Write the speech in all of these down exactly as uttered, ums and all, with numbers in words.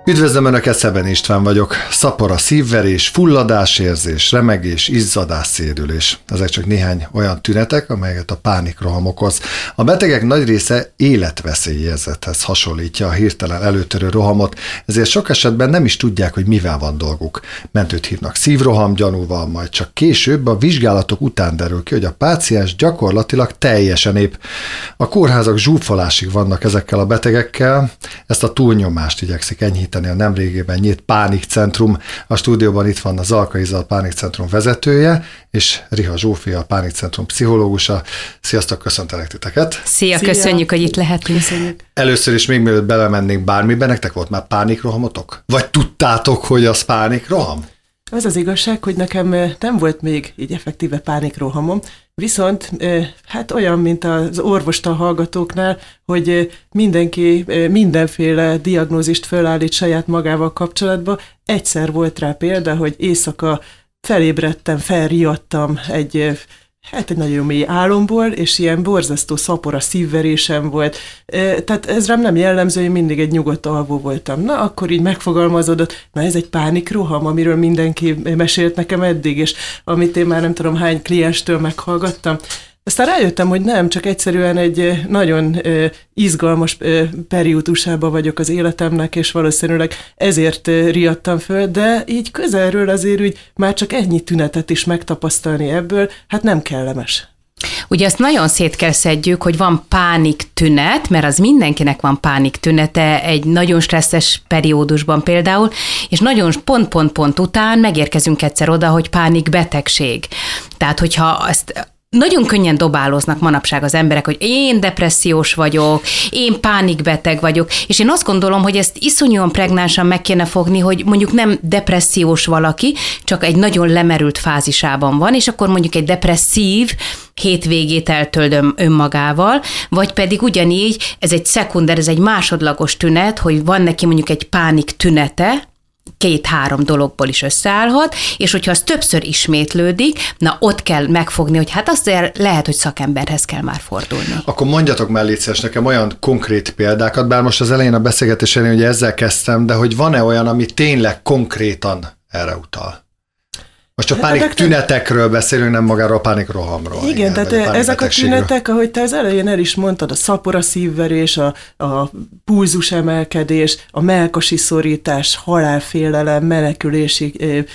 Üdvözlöm Önöket, Szeben István vagyok. Szapora szívverés, fulladásérzés, remegés, izzadás, szédülés. Ezek csak néhány olyan tünetek, amelyeket a pánikroham okoz. A betegek nagy része életveszélyérzethez hasonlítja a hirtelen előtörő rohamot, ezért sok esetben nem is tudják, hogy mivel van dolguk. Mentőt hívnak szívroham gyanúval, majd csak később a vizsgálatok után derül ki, hogy a páciens gyakorlatilag teljesen épp. A kórházak zsúfolásig vannak ezekkel a betegekkel, ezt a túlnyomást igyekszik enyhíteni a nemrégében nyílt pánikcentrum. A stúdióban itt van a Zalkai Iza, a pánikcentrum vezetője, és Riha Zsófia, a pánikcentrum pszichológusa. Sziasztok, köszöntelek titeket! Szia, Szia, köszönjük, hogy itt lehetünk. Köszönjük. Először is, még mielőtt belemennénk bármiben, nektek volt már pánikrohamotok? Vagy tudtátok, hogy az pánikroham? Az az igazság, hogy nekem nem volt még így effektíve pánikrohamom, viszont hát olyan, mint az orvostan hallgatóknál, hogy mindenki mindenféle diagnózist fölállít saját magával kapcsolatban. Egyszer volt rá példa, hogy éjszaka felébredtem, felriadtam egy, hát egy nagyon mély álomból, és ilyen borzasztó szapora szívverésem volt. Tehát ez rám nem jellemző, hogy mindig egy nyugodt alvó voltam. Na, akkor így megfogalmazódott, na ez egy pánikroham, amiről mindenki mesélt nekem eddig, és amit én már nem tudom hány klienstől meghallgattam. Aztán rájöttem, hogy nem, csak egyszerűen egy nagyon izgalmas periódusában vagyok az életemnek, és valószínűleg ezért riadtam föl, de így közelről azért úgy már csak ennyi tünetet is megtapasztalni ebből, hát nem kellemes. Ugye azt nagyon szét kell szedjük, hogy van pánik tünet, mert az mindenkinek van pánik tünete egy nagyon stresszes periódusban például, és nagyon pont-pont-pont után megérkezünk egyszer oda, hogy pánik betegség. Tehát, hogyha ezt nagyon könnyen dobáloznak manapság az emberek, hogy én depressziós vagyok, én pánikbeteg vagyok, és én azt gondolom, hogy ezt iszonyúan pregnánsan meg kéne fogni, hogy mondjuk nem depressziós valaki, csak egy nagyon lemerült fázisában van, és akkor mondjuk egy depresszív hétvégét eltöldöm önmagával, vagy pedig ugyanígy, ez egy szekunder, ez egy másodlagos tünet, hogy van neki mondjuk egy pánik tünete, két-három dologból is összeállhat, és hogyha az többször ismétlődik, na ott kell megfogni, hogy hát azért lehet, hogy szakemberhez kell már fordulni. Akkor mondjatok már, légy szíves, nekem olyan konkrét példákat, bár most az elején a beszélgetés elején ugye ezzel kezdtem, de hogy van-e olyan, ami tényleg konkrétan erre utal? Most csak pánik tünetekről beszélünk, nem magáról a pánikrohamról. Igen, igen, tehát a ezek a tünetek, ahogy te az elején el is mondtad, a szapora szívverés, a, a pulzus emelkedés, a mellkasi szorítás, halálfélelem, menekülési eh,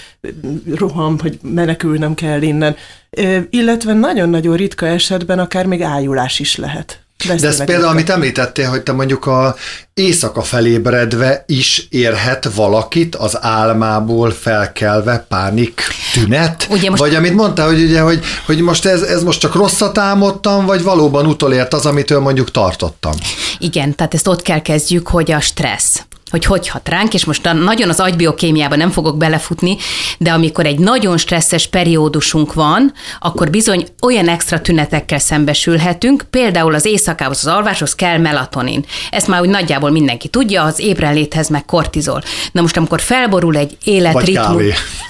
roham, hogy menekülnem kell innen, eh, illetve nagyon-nagyon ritka esetben akár még ájulás is lehet. De ez például, amit említettél, hogy te mondjuk a éjszaka felébredve is érhet valakit az álmából felkelve pánik tünet? Most... Vagy amit mondtál, hogy, ugye, hogy, hogy most ez, ez most csak rosszat álmodtam, vagy valóban utolért az, amitől mondjuk tartottam? Igen, tehát ezt ott kell kezdjük, hogy a stressz. hogy hogy hat ránk, és most nagyon az agybiokémiában nem fogok belefutni, de amikor egy nagyon stresszes periódusunk van, akkor bizony olyan extra tünetekkel szembesülhetünk, például az éjszakához, az alváshoz kell melatonin. Ezt már úgy nagyjából mindenki tudja, az ébrenléthez meg kortizol. Na most, amikor felborul egy életritmus...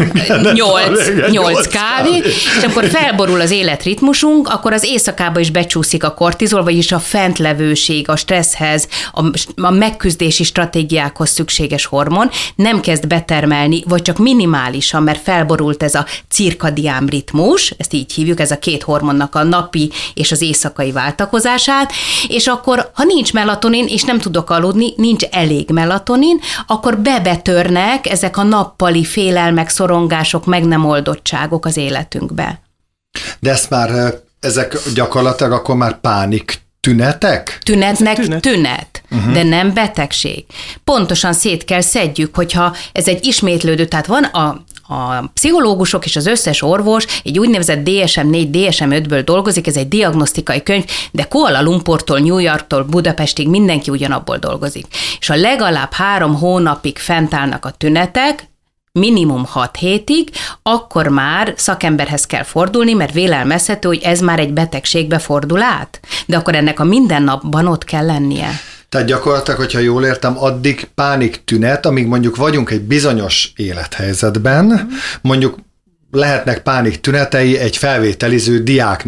nyolc kávé, és amikor felborul az életritmusunk, akkor az éjszakába is becsúszik a kortizol, vagyis a fentlevőség, a stresszhez, a, a megküzdési stratégiák szükséges hormon nem kezd betermelni, vagy csak minimálisan, mert felborult ez a cirkadián ritmus, ezt így hívjuk, ez a két hormonnak a napi és az éjszakai váltakozását, és akkor, ha nincs melatonin, és nem tudok aludni, nincs elég melatonin, akkor bebetörnek ezek a nappali félelmek, szorongások, meg nem oldottságok az életünkbe. De ezt már, ezek gyakorlatilag akkor már pánik tünetek? Tünetnek tünet, tünet uh-huh. de nem betegség. Pontosan szét kell szedjük, hogyha ez egy ismétlődő, tehát van a, a pszichológusok és az összes orvos egy úgynevezett dé es em négy, dé es em ötből dolgozik, ez egy diagnosztikai könyv, de Kuala Lumpurtól, New Yorktól, Budapestig mindenki ugyanabból dolgozik. És ha legalább három hónapig fent állnak a tünetek, minimum hat hétig, akkor már szakemberhez kell fordulni, mert vélelmezhető, hogy ez már egy betegségbe fordul át. De akkor ennek a mindennapban ott kell lennie. Tehát gyakorlatilag, hogyha jól értem, addig pánik tünet, amíg mondjuk vagyunk egy bizonyos élethelyzetben, mondjuk lehetnek pánik tünetei egy felvételiző diáknak, de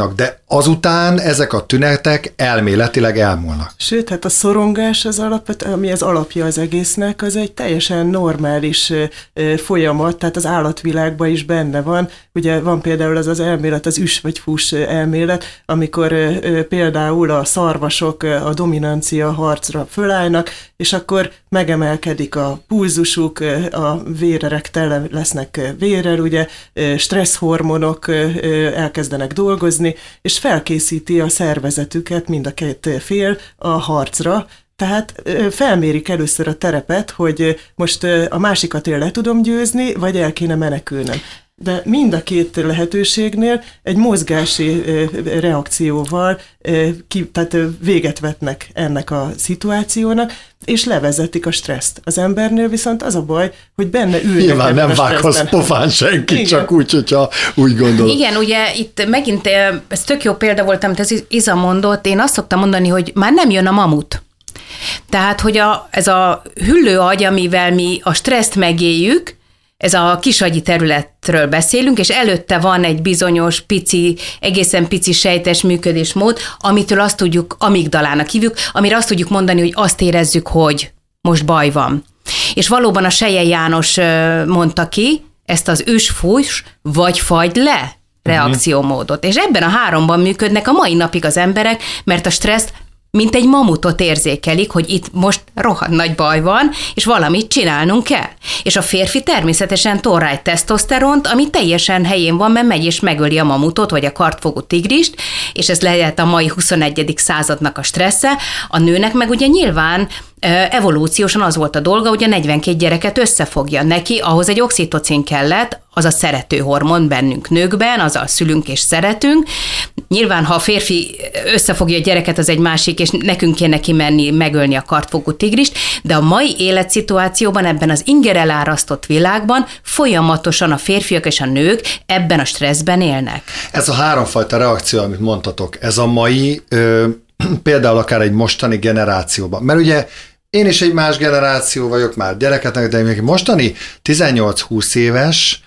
azután ezek a tünetek elméletileg elmúlnak. Sőt, hát a szorongás az alapot, ami az alapja az egésznek, az egy teljesen normális folyamat, tehát az állatvilágban is benne van. Ugye van például az az elmélet, az üs vagy fus elmélet, amikor például a szarvasok a dominancia harcra fölállnak, és akkor megemelkedik a pulzusuk, a vérerek tele lesznek vérrel, ugye stresszhormonok elkezdenek dolgozni, és felkészíti a szervezetüket mind a két fél a harcra, tehát felmérik először a terepet, hogy most a másikat én le tudom győzni, vagy el kéne menekülnem. De mind a két lehetőségnél egy mozgási reakcióval ki, tehát véget vetnek ennek a szituációnak, és levezetik a stresszt. Az embernél viszont az a baj, hogy benne ülnek. Nyilván nem vághoz pofán senki, igen. Csak úgy, hogyha úgy gondolod. Igen, ugye itt megint, ez tök jó példa volt, amit az Iza mondott, én azt szoktam mondani, hogy már nem jön a mamut. Tehát, hogy a, ez a hüllő agy, amivel mi a stresszt megéljük, ez a kisagyi területről beszélünk, és előtte van egy bizonyos pici, egészen pici sejtes működésmód, amitől azt tudjuk, amigdalának hívjuk, amire azt tudjuk mondani, hogy azt érezzük, hogy most baj van. És valóban a Selye János mondta ki ezt az üs-fús vagy fagyd le reakciómódot. És ebben a háromban működnek a mai napig az emberek, mert a stresszt mint egy mamutot érzékelik, hogy itt most rohadt nagy baj van, és valamit csinálnunk kell. És a férfi természetesen tol rá egy tesztoszteront, ami teljesen helyén van, mert megy és megöli a mamutot, vagy a kartfogú tigrist, és ez lehet a mai huszonegyedik századnak a stressze. A nőnek meg ugye nyilván evolúciósan az volt a dolga, hogy a negyvenkét gyereket összefogja. Neki ahhoz egy oxitocin kellett, az a szerető hormon bennünk nőkben, azzal szülünk és szeretünk. Nyilván, ha a férfi összefogja a gyereket, az egy másik, és nekünk kéne kimenni, megölni a kartfogú tigrist, de a mai életszituációban, ebben az inger elárasztott világban folyamatosan a férfiak és a nők ebben a stresszben élnek. Ez a háromfajta reakció, amit mondtatok, ez a mai, ö, például akár egy mostani generációban, mert ugye én is egy más generáció vagyok, már gyereket, de még mostani tizennyolc-húsz éves,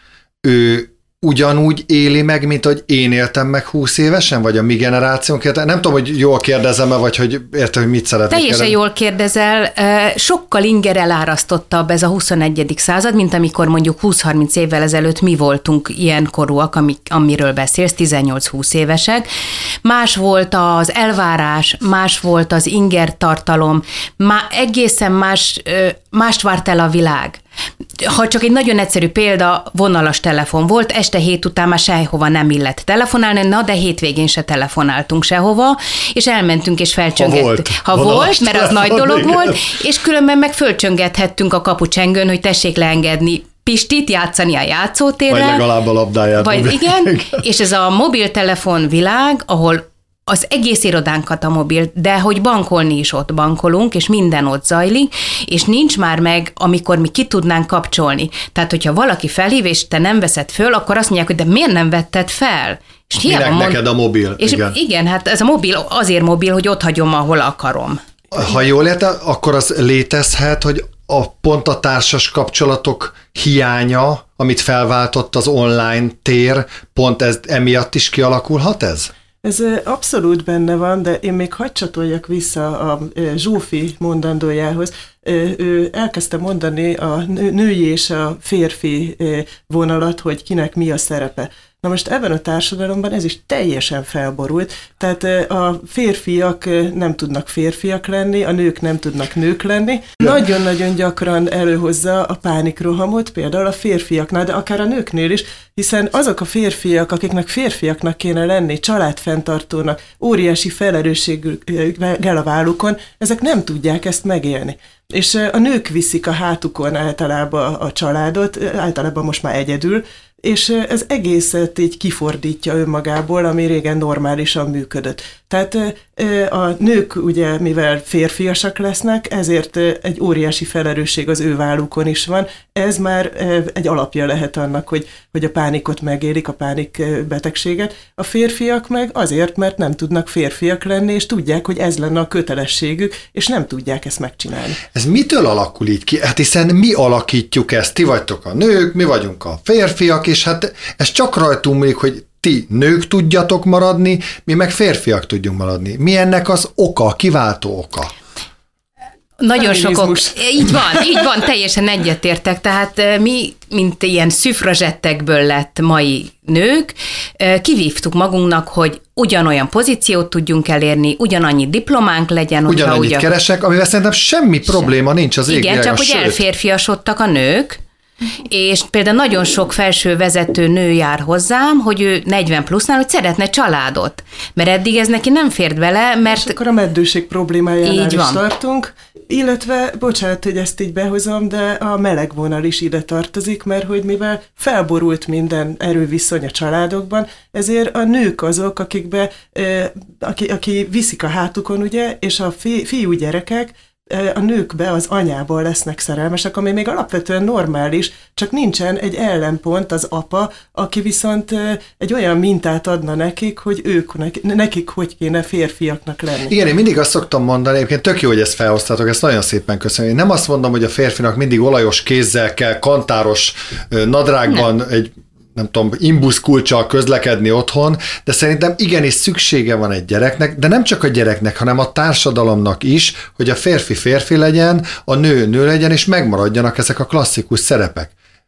ő ugyanúgy éli meg, mint hogy én éltem meg húsz évesen, vagy a mi generációnk élte? Nem tudom, hogy jól kérdezem-e, vagy hogy értem, hogy mit szeretnék Teljesen kérdezni. jól kérdezel. Sokkal inger elárasztottabb ez a huszonegyedik század, mint amikor mondjuk húsz-harminc évvel ezelőtt mi voltunk ilyen korúak, amiről beszélsz, tizennyolc-húsz évesek. Más volt az elvárás, más volt az inger tartalom, má, egészen más, mást várt el a világ. Ha csak egy nagyon egyszerű példa, vonalas telefon volt, este hét után már sehova nem illett telefonálni, na de hétvégén se telefonáltunk sehova, és elmentünk és felcsöngettünk. Ha volt, ha volt mert az nagy dolog igen. volt, és különben meg fölcsöngethettünk a kapucsengőn, hogy tessék leengedni Pistit, játszani a játszótérrel. Vagy legalább a labdáját. Vagy igen, igen, és ez a mobiltelefon világ, ahol az egész irodánkat a mobil, de hogy bankolni is ott bankolunk, és minden ott zajlik, és nincs már meg, amikor mi ki tudnánk kapcsolni. Tehát, hogyha valaki felhív, és te nem veszed föl, akkor azt mondják, hogy de miért nem vetted fel? És minek mond... neked a mobil? És igen. igen, hát ez a mobil azért mobil, hogy ott hagyom, ahol akarom. Ha jól értem, akkor az létezhet, hogy a pont a társas kapcsolatok hiánya, amit felváltott az online tér, pont ez emiatt is kialakulhat ez? Ez abszolút benne van, de én még hadd csatoljak vissza a Zsófi mondandójához. Ő elkezdte mondani a női és a férfi vonalat, hogy kinek mi a szerepe. Na most ebben a társadalomban ez is teljesen felborult, tehát a férfiak nem tudnak férfiak lenni, a nők nem tudnak nők lenni. Nagyon-nagyon gyakran előhozza a pánikrohamot, például a férfiaknál, de akár a nőknél is, hiszen azok a férfiak, akiknek férfiaknak kéne lenni, családfenntartónak, óriási felelősséggel a vállukon, ezek nem tudják ezt megélni. És a nők viszik a hátukon általában a családot, általában most már egyedül, és ez egészet így kifordítja önmagából, ami régen normálisan működött. Tehát a nők ugye, mivel férfiasak lesznek, ezért egy óriási felelősség az ő vállukon is van. Ez már egy alapja lehet annak, hogy, hogy a pánikot megélik, a pánikbetegséget. A férfiak meg azért, mert nem tudnak férfiak lenni, és tudják, hogy ez lenne a kötelességük, és nem tudják ezt megcsinálni. Ez mitől alakul így ki? Hát hiszen mi alakítjuk ezt, ti vagytok a nők, mi vagyunk a férfiak, és hát ez csak rajtunk múlik, hogy ti nők tudjatok maradni, mi meg férfiak tudjunk maradni. Mi ennek az oka, kiváltó oka? Nagyon sokok, így van, így van, teljesen egyetértek, tehát mi, mint ilyen szüfrazsettekből lett mai nők, kivívtuk magunknak, hogy ugyanolyan pozíciót tudjunk elérni, ugyanannyi diplománk legyen. Ugyanannyit ugyan... keresek, amivel szerintem semmi probléma sem. Nincs az ég. Igen, csak hogy elférfiasodtak a nők, és például nagyon sok felső vezető nő jár hozzám, hogy ő negyven plusznál, hogy szeretne családot, mert eddig ez neki nem fért bele, mert... És akkor a meddőség problémájánál is tartunk, illetve, bocsánat, hogy ezt így behozom, de a melegvonal is ide tartozik, mert hogy mivel felborult minden erőviszony a családokban, ezért a nők azok, akikbe, aki, aki viszik a hátukon, ugye, és a fi, fiú gyerekek, a nőkbe, az anyából lesznek szerelmesek, ami még alapvetően normális, csak nincsen egy ellenpont, az apa, aki viszont egy olyan mintát adna nekik, hogy ők, nekik hogy kéne férfiaknak lenni. Igen, én mindig azt szoktam mondani, egyébként tök jó, hogy ezt felhoztátok, ezt nagyon szépen köszönöm. Én nem azt mondom, hogy a férfinak mindig olajos kézzel kell, kantáros nadrágban nem. egy nem tudom, imbuszkulccsal közlekedni otthon, de szerintem igenis szüksége van egy gyereknek, de nem csak a gyereknek, hanem a társadalomnak is, hogy a férfi férfi legyen, a nő nő legyen, és megmaradjanak ezek a klasszikus szerepek.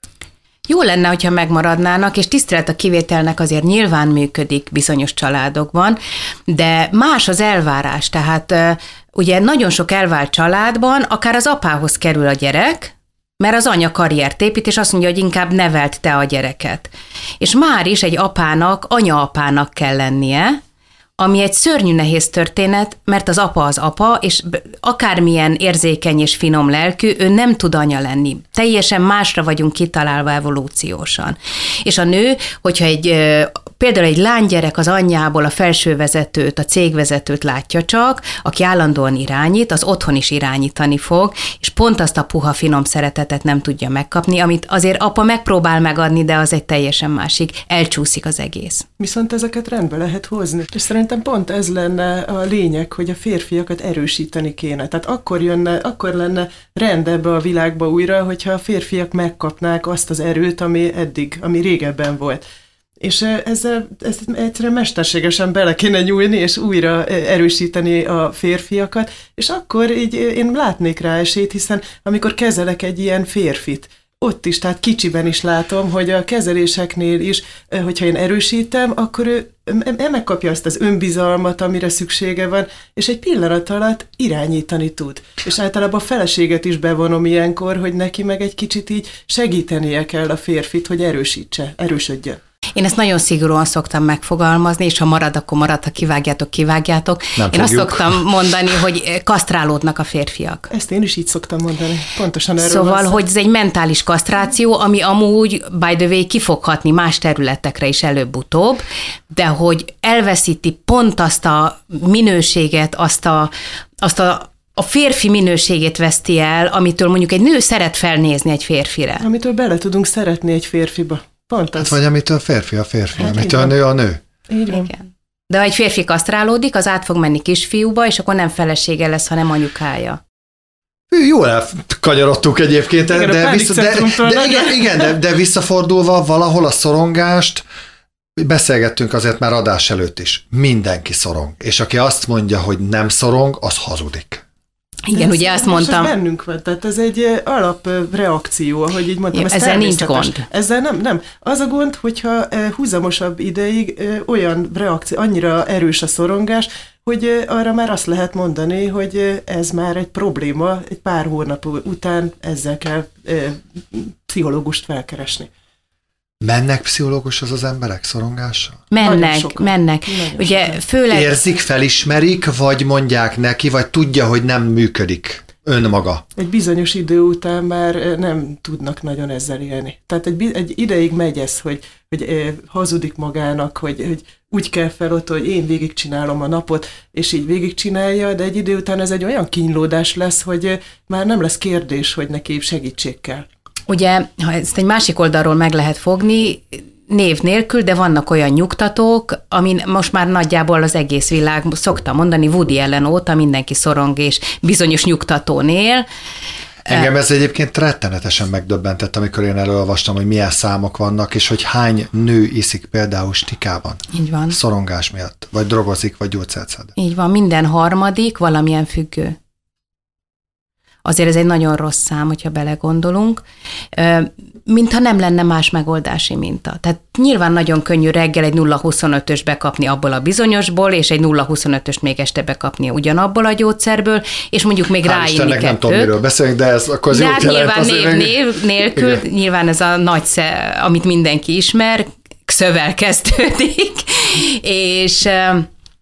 Jó lenne, hogyha megmaradnának, és tisztelet a kivételnek azért nyilván működik bizonyos családokban, de más az elvárás, tehát ugye nagyon sok elvált családban akár az apához kerül a gyerek, mert az anya karriert épít, és azt mondja, hogy inkább neveld te a gyereket. És már is egy apának, anya-apának kell lennie, ami egy szörnyű nehéz történet, mert az apa az apa, és akármilyen érzékeny és finom lelkű, ő nem tud anya lenni. Teljesen másra vagyunk kitalálva evolúciósan. És a nő, hogyha egy például egy lánygyerek az anyjából a felsővezetőt, a cégvezetőt látja csak, aki állandóan irányít, az otthon is irányítani fog, és pont azt a puha, finom szeretetet nem tudja megkapni, amit azért apa megpróbál megadni, de az egy teljesen másik, elcsúszik az egész. Viszont ezeket rendbe lehet hozni. És szerintem pont ez lenne a lényeg, hogy a férfiakat erősíteni kéne. Tehát akkor jönne, akkor lenne rend ebbe a világba újra, hogyha a férfiak megkapnák azt az erőt, ami eddig, ami régebben volt. És ezzel ezt egyszerűen mesterségesen bele kéne nyúlni, és újra erősíteni a férfiakat, és akkor így én látnék rá esélyt, hiszen amikor kezelek egy ilyen férfit, ott is, tehát kicsiben is látom, hogy a kezeléseknél is, hogyha én erősítem, akkor ő megkapja azt az önbizalmat, amire szüksége van, és egy pillanat alatt irányítani tud. És általában a feleséget is bevonom ilyenkor, hogy neki meg egy kicsit így segítenie kell a férfit, hogy erősítse, erősödjön. Én ezt nagyon szigorúan szoktam megfogalmazni, és ha marad, akkor marad, ha kivágjátok, kivágjátok. Nem én fogjuk. Azt szoktam mondani, hogy kasztrálódnak a férfiak. Ezt én is így szoktam mondani. Pontosan erről Szóval, hogy ez egy mentális kasztráció, ami amúgy, by the way, kifoghatni más területekre is előbb-utóbb, de hogy elveszíti pont azt a minőséget, azt a, azt a a férfi minőségét veszti el, amitől mondjuk egy nő szeret felnézni egy férfire. Amitől bele tudunk szeretni egy férfiba. Pont az. Hát vagy amitől férfi a férfi, hát amitől a nő a nő. Így van. Igen. De ha egy férfi kasztrálódik, az át fog menni kisfiúba, és akkor nem felesége lesz, hanem anyukája. Jól elkanyarodtuk egyébként, igen, de, vissza, de, de, igen, igen, de, de visszafordulva valahol a szorongást, beszélgettünk azért már adás előtt is, mindenki szorong. És aki azt mondja, hogy nem szorong, az hazudik. Igen, ugye azt mondtam. Ez bennünk van, tehát ez egy alapreakció, ahogy így mondtam. Ja, ezzel nincs gond. Ezzel nem, nem. Az a gond, hogyha húzamosabb ideig olyan reakció, annyira erős a szorongás, hogy arra már azt lehet mondani, hogy ez már egy probléma, egy pár hónap után ezzel kell pszichológust felkeresni. Mennek pszichológushoz az emberek szorongással? Mennek, mennek. Ugye főleg... Érzik, felismerik, vagy mondják neki, vagy tudja, hogy nem működik önmaga? Egy bizonyos idő után már nem tudnak nagyon ezzel élni. Tehát egy, egy ideig megy ez, hogy, hogy hazudik magának, hogy, hogy úgy kell fel ott, hogy én végigcsinálom a napot, és így végigcsinálja, de egy idő után ez egy olyan kínlódás lesz, hogy már nem lesz kérdés, hogy neki segítség kell. Ugye, ha ezt egy másik oldalról meg lehet fogni, név nélkül, de vannak olyan nyugtatók, amin most már nagyjából az egész világ, szoktam mondani, Woody Allen óta mindenki szorong és bizonyos nyugtatón él. Engem ez egyébként rettenetesen megdöbbentett, amikor én elolvastam, hogy milyen számok vannak, és hogy hány nő iszik például stikában. Így van. Szorongás miatt, vagy drogozik, vagy gyógyszert szed. Így van, minden harmadik valamilyen függő. Azért ez egy nagyon rossz szám, hogyha belegondolunk, mintha nem lenne más megoldási minta. Tehát nyilván nagyon könnyű reggel egy nulla huszonötös bekapni abból a bizonyosból, és egy nulla huszonötöst még este bekapni ugyanabból a gyógyszerből, és mondjuk még ráírni kettőt. Nem tudom, miről beszélünk, de ez akkor az de jót hát jelent. Nyilván név, név nélkül, igen. Nyilván ez a nagy, sze, amit mindenki ismer, szövel kezdődik, és uh,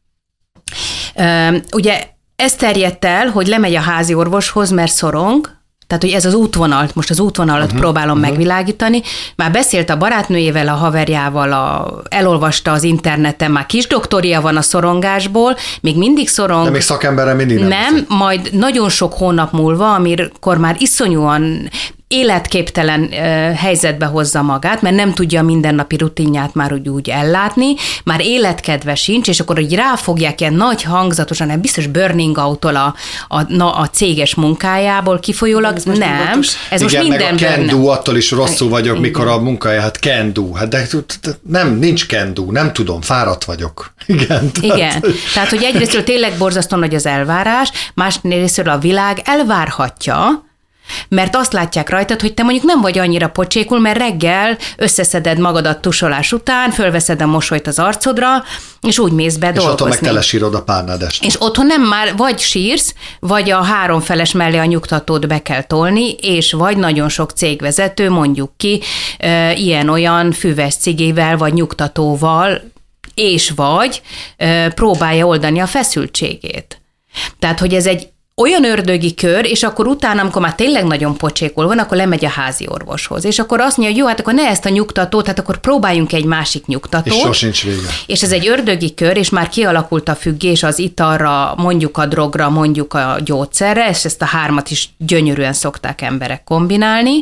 uh, ugye ez terjedt el, hogy lemegy a házi orvoshoz, mert szorong, tehát, hogy ez az útvonalt, most az útvonalat uh-huh, próbálom uh-huh. megvilágítani. Már beszélt a barátnőjével, a haverjával, a, elolvasta az interneten, már kis doktoria van a szorongásból, még mindig szorong. De még szakemberre mindig nem. Nem, beszél. Majd nagyon sok hónap múlva, amikor már iszonyúan életképtelen uh, helyzetbe hozza magát, mert nem tudja a mindennapi rutinját már úgy, úgy ellátni, már életkedve sincs, és akkor hogy ráfogják ilyen nagy hangzatosan, nem biztos burning out-tól a, a, a, a céges munkájából kifolyólag, ez nem. Ez igen, most minden meg a can do, attól is rosszul vagyok, igen. mikor a munkája, hát can do, hát de nem, nincs can do, nem tudom, fáradt vagyok. Igen. Tehát, igen, tehát hogy egyrésztről tényleg borzasztó nagy az elvárás, másrésztről a világ elvárhatja, mert azt látják rajtad, hogy te mondjuk nem vagy annyira pocsékul, mert reggel összeszeded magadat tusolás után, fölveszed a mosolyt az arcodra, és úgy mész be és dolgozni. És otthon meg telesírod a párnádást. És otthon nem már vagy sírsz, vagy a háromfeles mellé a nyugtatót be kell tolni, és vagy nagyon sok cégvezető, mondjuk ki, ilyen-olyan füves cigével, vagy nyugtatóval, és vagy próbálja oldani a feszültségét. Tehát, hogy ez egy olyan ördögi kör, és akkor utána, amikor már tényleg nagyon pocsékul van, akkor lemegy a házi orvoshoz. És akkor azt mondja, hogy jó, hát akkor ne ezt a nyugtatót, hát akkor próbáljunk egy másik nyugtatót. És sosincs vége. És ez egy ördögi kör, és már kialakult a függés az italra, mondjuk a drogra, mondjuk a gyógyszerre, és ezt a hármat is gyönyörűen szokták emberek kombinálni,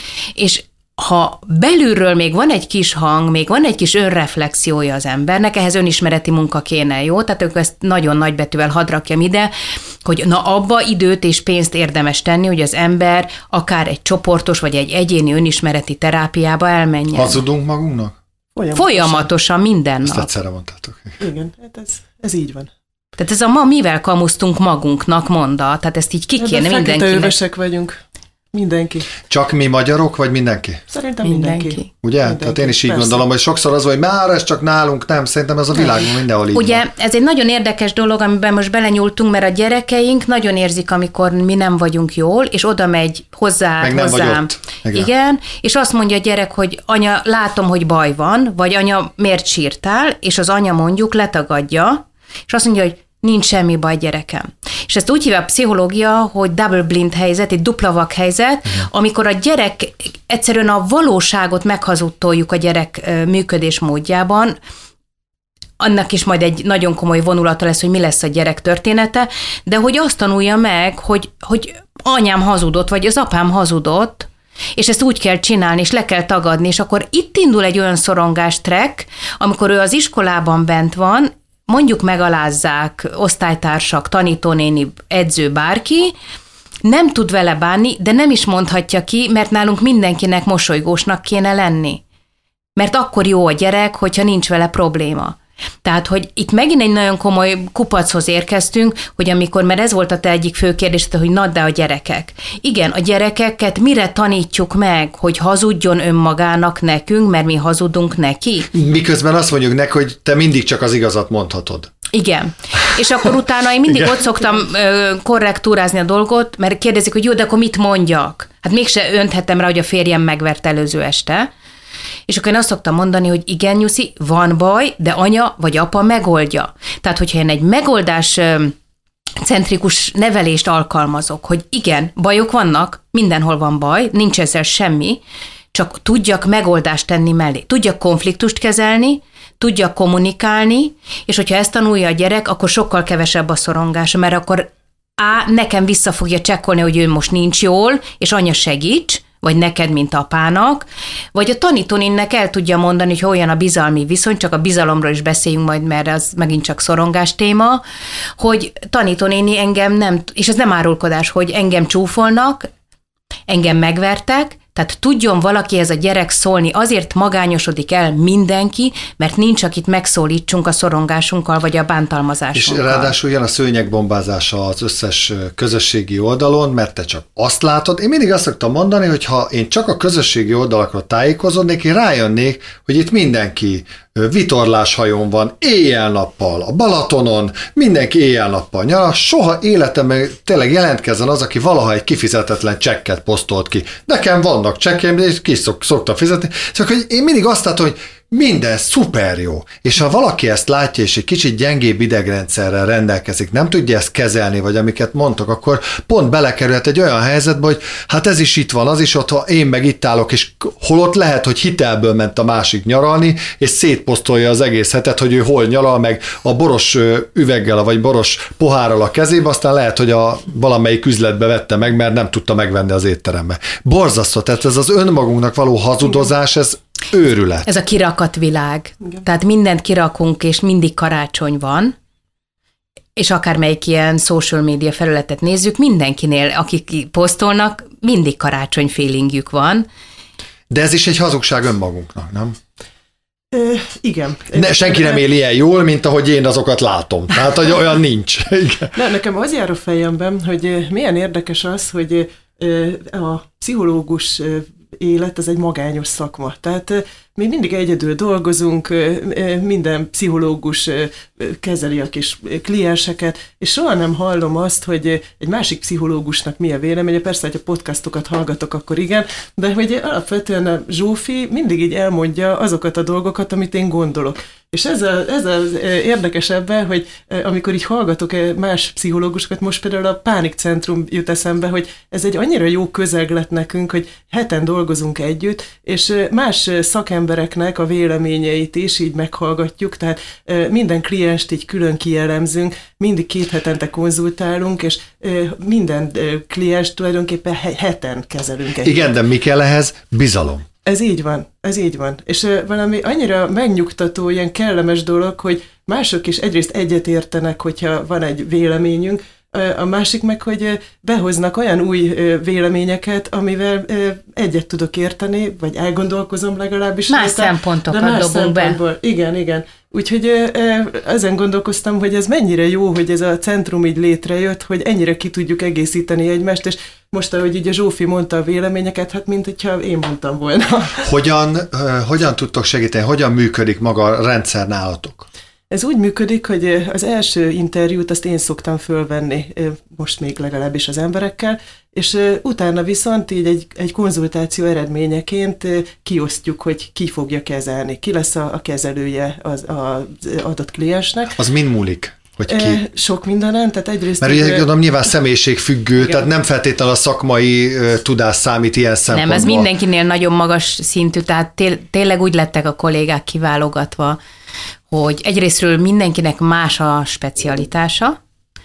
és ha belülről még van egy kis hang, még van egy kis önreflexiója az embernek, ehhez önismereti munka kéne, jó? Tehát ők ezt nagyon nagybetűvel hadd rakjam ide, hogy na abba időt és pénzt érdemes tenni, hogy az ember akár egy csoportos vagy egy egyéni önismereti terápiába elmenjen. Hazudunk magunknak? Folyamatosan, Folyamatosan minden Ezt nap. egyszerre mondtátok. Igen, hát ez, ez így van. Tehát ez a ma mivel kamusztunk magunknak mondat, tehát ezt így ki kéne mindenkinek. Fekete övesek vagyunk. Mindenki. Csak mi magyarok, vagy mindenki? Szerintem mindenki. mindenki. Ugye? Mindenki. Tehát én is így Persze. gondolom, hogy sokszor az, hogy már ez csak nálunk, nem, szerintem ez a világon mindenhol így Ugye van. ez egy nagyon érdekes dolog, amiben most belenyúltunk, mert a gyerekeink nagyon érzik, amikor mi nem vagyunk jól, és oda megy hozzá, Meg nem hozzám. vagy Igen. Igen, és azt mondja a gyerek, hogy anya, látom, hogy baj van, vagy anya, miért sírtál, és az anya mondjuk letagadja, és azt mondja, hogy nincs semmi baj, gyerekem. És ezt úgy hívja a pszichológia, hogy double blind helyzet, egy dupla vak helyzet, uh-huh. amikor a gyerek, egyszerűen a valóságot meghazudtoljuk a gyerek működés módjában, annak is majd egy nagyon komoly vonulata lesz, hogy mi lesz a gyerek története, de hogy azt tanulja meg, hogy, hogy anyám hazudott, vagy az apám hazudott, és ezt úgy kell csinálni, és le kell tagadni, és akkor itt indul egy olyan szorongás track, amikor ő az iskolában bent van, mondjuk megalázzák osztálytársak, tanítónéni, edző, bárki, nem tud vele bánni, de nem is mondhatja ki, mert nálunk mindenkinek mosolygósnak kéne lenni. Mert akkor jó a gyerek, hogyha nincs vele probléma. Tehát, hogy itt megint egy nagyon komoly kupachoz érkeztünk, hogy amikor, mert ez volt a te egyik fő kérdés, hogy na, de a gyerekek. Igen, a gyerekeket mire tanítjuk meg, hogy hazudjon önmagának nekünk, mert mi hazudunk neki? Miközben azt mondjuk neki, hogy te mindig csak az igazat mondhatod. Igen. És akkor utána én mindig Igen. ott szoktam ö, korrektúrázni a dolgot, mert kérdezik, hogy jó, de akkor mit mondjak? Hát mégse önthetem rá, hogy a férjem megvert előző este. És akkor én azt szoktam mondani, hogy igen, Nyuszi, van baj, de anya vagy apa megoldja. Tehát, hogyha én egy megoldás centrikus nevelést alkalmazok, hogy igen, bajok vannak, mindenhol van baj, nincs ezzel semmi, csak tudjak megoldást tenni mellé. Tudjak konfliktust kezelni, tudjak kommunikálni, és hogyha ezt tanulja a gyerek, akkor sokkal kevesebb a szorongása, mert akkor á, nekem vissza fogja csekkolni, hogy ő most nincs jól, és anya segíts, vagy neked, mint apának, vagy a tanítónéninek el tudja mondani, hogy olyan a bizalmi viszony, csak a bizalomról is beszéljünk majd, mert az megint csak szorongás téma, hogy tanítónéni engem nem, és ez nem árulkodás, hogy engem csúfolnak, engem megvertek, tehát tudjon valaki ez a gyerek szólni, azért magányosodik el mindenki, mert nincs, akit megszólítsunk a szorongásunkkal, vagy a bántalmazásunkkal. És ráadásul jön a szőnyegbombázása az összes közösségi oldalon, mert te csak azt látod. Én mindig azt szoktam mondani, hogy ha én csak a közösségi oldalakról tájékozódnék, én rájönnék, hogy itt mindenki vitorláshajón van, éjjel-nappal, a Balatonon, mindenki éjjel-nappal nyara, soha életemben tényleg jelentkezzen az, aki valaha egy kifizetetlen csekket posztolt ki. Nekem vannak csekkeim, de ki szok, szoktam fizetni. Szóval, hogy én mindig azt látom, hogy minden szuper jó. És ha valaki ezt látja, és egy kicsit gyengébb idegrendszerrel rendelkezik, nem tudja ezt kezelni, vagy amiket mondtok, akkor pont belekerülhet egy olyan helyzetbe, hogy hát ez is itt van, az is ott, ha én meg itt állok, és holott lehet, hogy hitelből ment a másik nyaralni, és szétposztolja az egész hetet, hogy ő hol nyalal, meg a boros üveggel, vagy boros pohárral a kezébe, aztán lehet, hogy a valamelyik üzletbe vette meg, mert nem tudta megvenni az étterembe. Borzasztó, tehát ez az önmagunknak való hazudozás, ez őrület. Ez a kirakat világ. Igen. Tehát mindent kirakunk, és mindig karácsony van, és akármelyik ilyen social media felületet nézzük, mindenkinél, akik posztolnak, mindig karácsony feelingjük van. De ez is egy hazugság önmagunknak, nem? Ö, igen. Ne, senki nem éli el jól, mint ahogy én azokat látom. Tehát, hogy olyan nincs. Igen. Ne, nekem az jár a fejemben, hogy milyen érdekes az, hogy a pszichológus élet, ez egy magányos szakma. Tehát mi mindig egyedül dolgozunk, minden pszichológus kezeli a kis klienseket, és soha nem hallom azt, hogy egy másik pszichológusnak mi a véleménye. Persze, hogy a podcastokat hallgatok, akkor igen, de hogy alapvetően a Zsófi mindig így elmondja azokat a dolgokat, amit én gondolok. És ez, a, ez az érdekes ebben, hogy amikor így hallgatok más pszichológusokat, most például a Pánikcentrum jut eszembe, hogy ez egy annyira jó közeg lett nekünk, hogy heten dolgozunk együtt, és más szakembereknek a véleményeit is így meghallgatjuk, tehát minden klienst így külön kielemzünk, mindig két hetente konzultálunk, és minden klienst tulajdonképpen heten kezelünk együtt. Igen, de mi kell ehhez? Bizalom. Ez így van, ez így van. És uh, valami annyira megnyugtató, ilyen kellemes dolog, hogy mások is egyrészt egyetértenek, hogyha van egy véleményünk, uh, a másik meg, hogy uh, behoznak olyan új uh, véleményeket, amivel uh, egyet tudok érteni, vagy elgondolkozom legalábbis. Más rajta, szempontokat más dobunk be. Igen, igen. Úgyhogy uh, ezen gondolkoztam, hogy ez mennyire jó, hogy ez a centrum így létrejött, hogy ennyire ki tudjuk egészíteni egymást, és most, ahogy így a Zsófi mondta a véleményeket, hát mint hogyha én mondtam volna. Hogyan, uh, hogyan tudtok segíteni, hogyan működik maga a rendszer nálatok? Ez úgy működik, hogy az első interjút azt én szoktam fölvenni, most még legalábbis az emberekkel, és utána viszont így egy, egy konzultáció eredményeként kiosztjuk, hogy ki fogja kezelni, ki lesz a, a kezelője az, az adott kliensnek. Az mind múlik? Hogy ki? Sok mindenen, tehát egyrészt... Mert ugye gondolom nyilván személyiségfüggő, igen. Tehát nem feltétlenül a szakmai tudás számít ilyen szempontból. Nem, ez mindenkinél nagyon magas szintű, tehát té- tényleg úgy lettek a kollégák kiválogatva, hogy egyrésztről mindenkinek más a specialitása,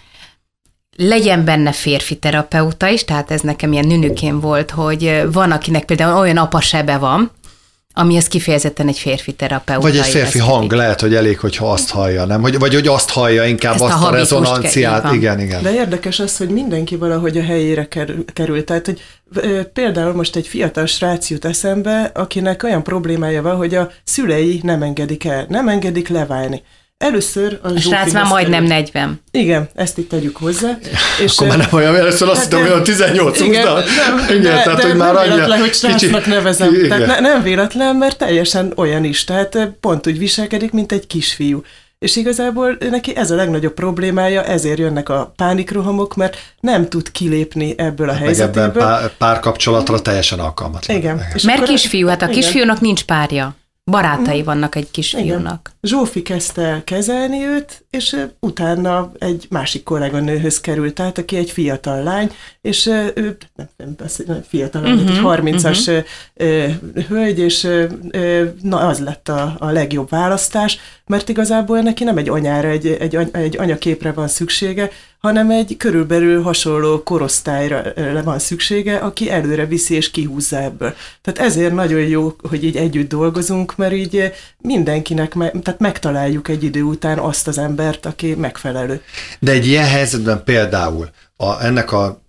legyen benne férfi terapeuta is, tehát ez nekem ilyen nünükén volt, hogy van, akinek például olyan apasebe van, ami az kifejezetten egy férfi terapeuta. Vagy egy férfi hang, lehet, hogy elég, hogyha azt hallja, nem? Vagy, vagy hogy azt hallja, inkább ezt azt a, a rezonanciát. Igen, igen. De érdekes az, hogy mindenki valahogy a helyére kerül. kerül. Tehát, hogy például most egy fiatal srác jut eszembe, akinek olyan problémája van, hogy a szülei nem engedik el, nem engedik leválni. Először a, a srác már majdnem negyven. Igen, ezt itt tegyük hozzá. És akkor már nem olyan, először azt hittem, hogy olyan tizennyolc igen, nem, igen, de, tehát, de hogy már nem annyi, véletlen, hogy srácnak kicsi, nevezem. Igen. Tehát ne, nem véletlen, mert teljesen olyan is. Tehát pont úgy viselkedik, mint egy kisfiú. És igazából neki ez a legnagyobb problémája, ezért jönnek a pánikrohamok, mert nem tud kilépni ebből a meg helyzetéből. Ebben pár, párkapcsolatra teljesen alkalmatlan. Igen. És mert kisfiú, hát a igen. kisfiúnak nincs párja. Barátai vannak egy kisfiúnak. Zsófi kezdte el kezelni őt, és utána egy másik kolléganőhöz került át, aki egy fiatal lány, és ő nem, nem, nem fiatal lány, uh-huh, egy harmincas uh-huh. hölgy, és na, az lett a, a legjobb választás, mert igazából neki nem egy anyára, egy, egy, egy anyaképre van szüksége, hanem egy körülbelül hasonló korosztályra van szüksége, aki előre viszi és kihúzza ebből. Tehát ezért nagyon jó, hogy így együtt dolgozunk, mert így mindenkinek, tehát megtaláljuk egy idő után azt az embert, aki megfelelő. De egy ilyen helyzetben például a, ennek a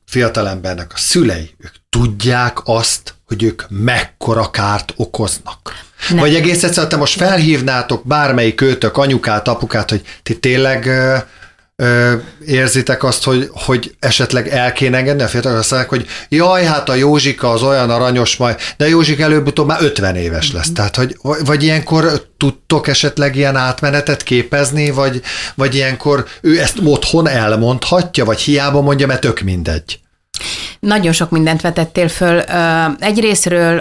fiatalembernek a szülei, ők tudják azt, hogy ők mekkora kárt okoznak. Nem. Vagy egész egyszerűen te most felhívnátok bármelyik őtök, anyukát, apukát, hogy ti tényleg ö, ö, érzitek azt, hogy, hogy esetleg el kéne engedni a fiatalok, azt mondják, hogy jaj, hát a Józsika az olyan aranyos majd, de a Józsika előbb-utóbb már ötven éves lesz. Mm-hmm. Tehát, hogy, vagy ilyenkor tudtok esetleg ilyen átmenetet képezni, vagy, vagy ilyenkor ő ezt otthon elmondhatja, vagy hiába mondja, mert tök mindegy. Nagyon sok mindent vetettél föl. Egyrészről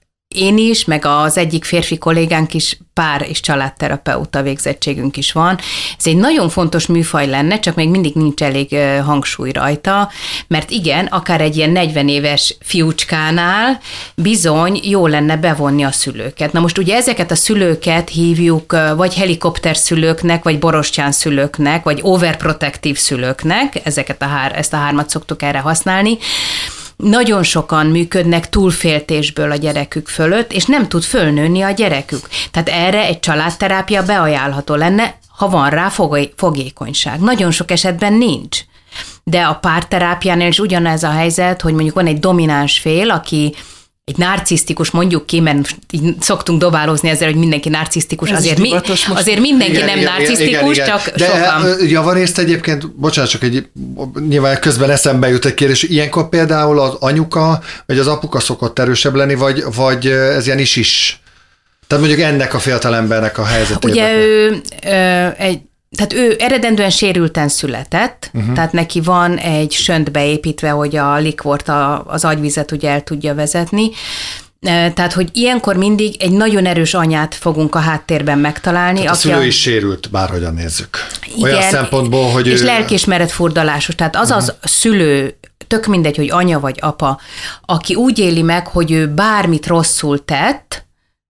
én is, meg az egyik férfi kollégánk is pár- és családterapeuta végzettségünk is van. Ez egy nagyon fontos műfaj lenne, csak még mindig nincs elég hangsúly rajta, mert igen, akár egy ilyen negyven éves fiúcskánál bizony jó lenne bevonni a szülőket. Na most ugye ezeket a szülőket hívjuk vagy helikopter szülőknek, vagy borostyán szülőknek, vagy overprotective szülőknek, ezeket a hár, ezt a hármat szoktuk erre használni. Nagyon sokan működnek túlféltésből a gyerekük fölött, és nem tud fölnőni a gyerekük. Tehát erre egy családterápia beajánlható lenne, ha van rá fogékonyság. Nagyon sok esetben nincs. De a párterápiánál is ugyanez a helyzet, hogy mondjuk van egy domináns fél, aki egy narcisztikus, mondjuk ki, mert így szoktunk dobálózni ezzel, hogy mindenki narcisztikus, azért, mi, azért mindenki igen, nem igen, narcisztikus, igen, csak de sokan. De javarészt egyébként, bocsánat, csak egy, nyilván közben eszembe jut egy kérdés, ilyenkor például az anyuka, vagy az apuka szokott erősebb lenni, vagy, vagy ez ilyen is-is? Tehát mondjuk ennek a fiatalembernek a helyzetében. Ugye ő ö, egy Tehát ő eredendően sérülten született, uh-huh. tehát neki van egy sönt beépítve, hogy a likvort, a, az agyvizet ugye el tudja vezetni. Tehát, hogy ilyenkor mindig egy nagyon erős anyát fogunk a háttérben megtalálni. Tehát a szülő is a... sérült, bárhogyan nézzük. Igen, olyan szempontból, hogy és ő... lelkiismeret furdalásos. Tehát az uh-huh. az szülő, tök mindegy, hogy anya vagy apa, aki úgy éli meg, hogy ő bármit rosszul tett,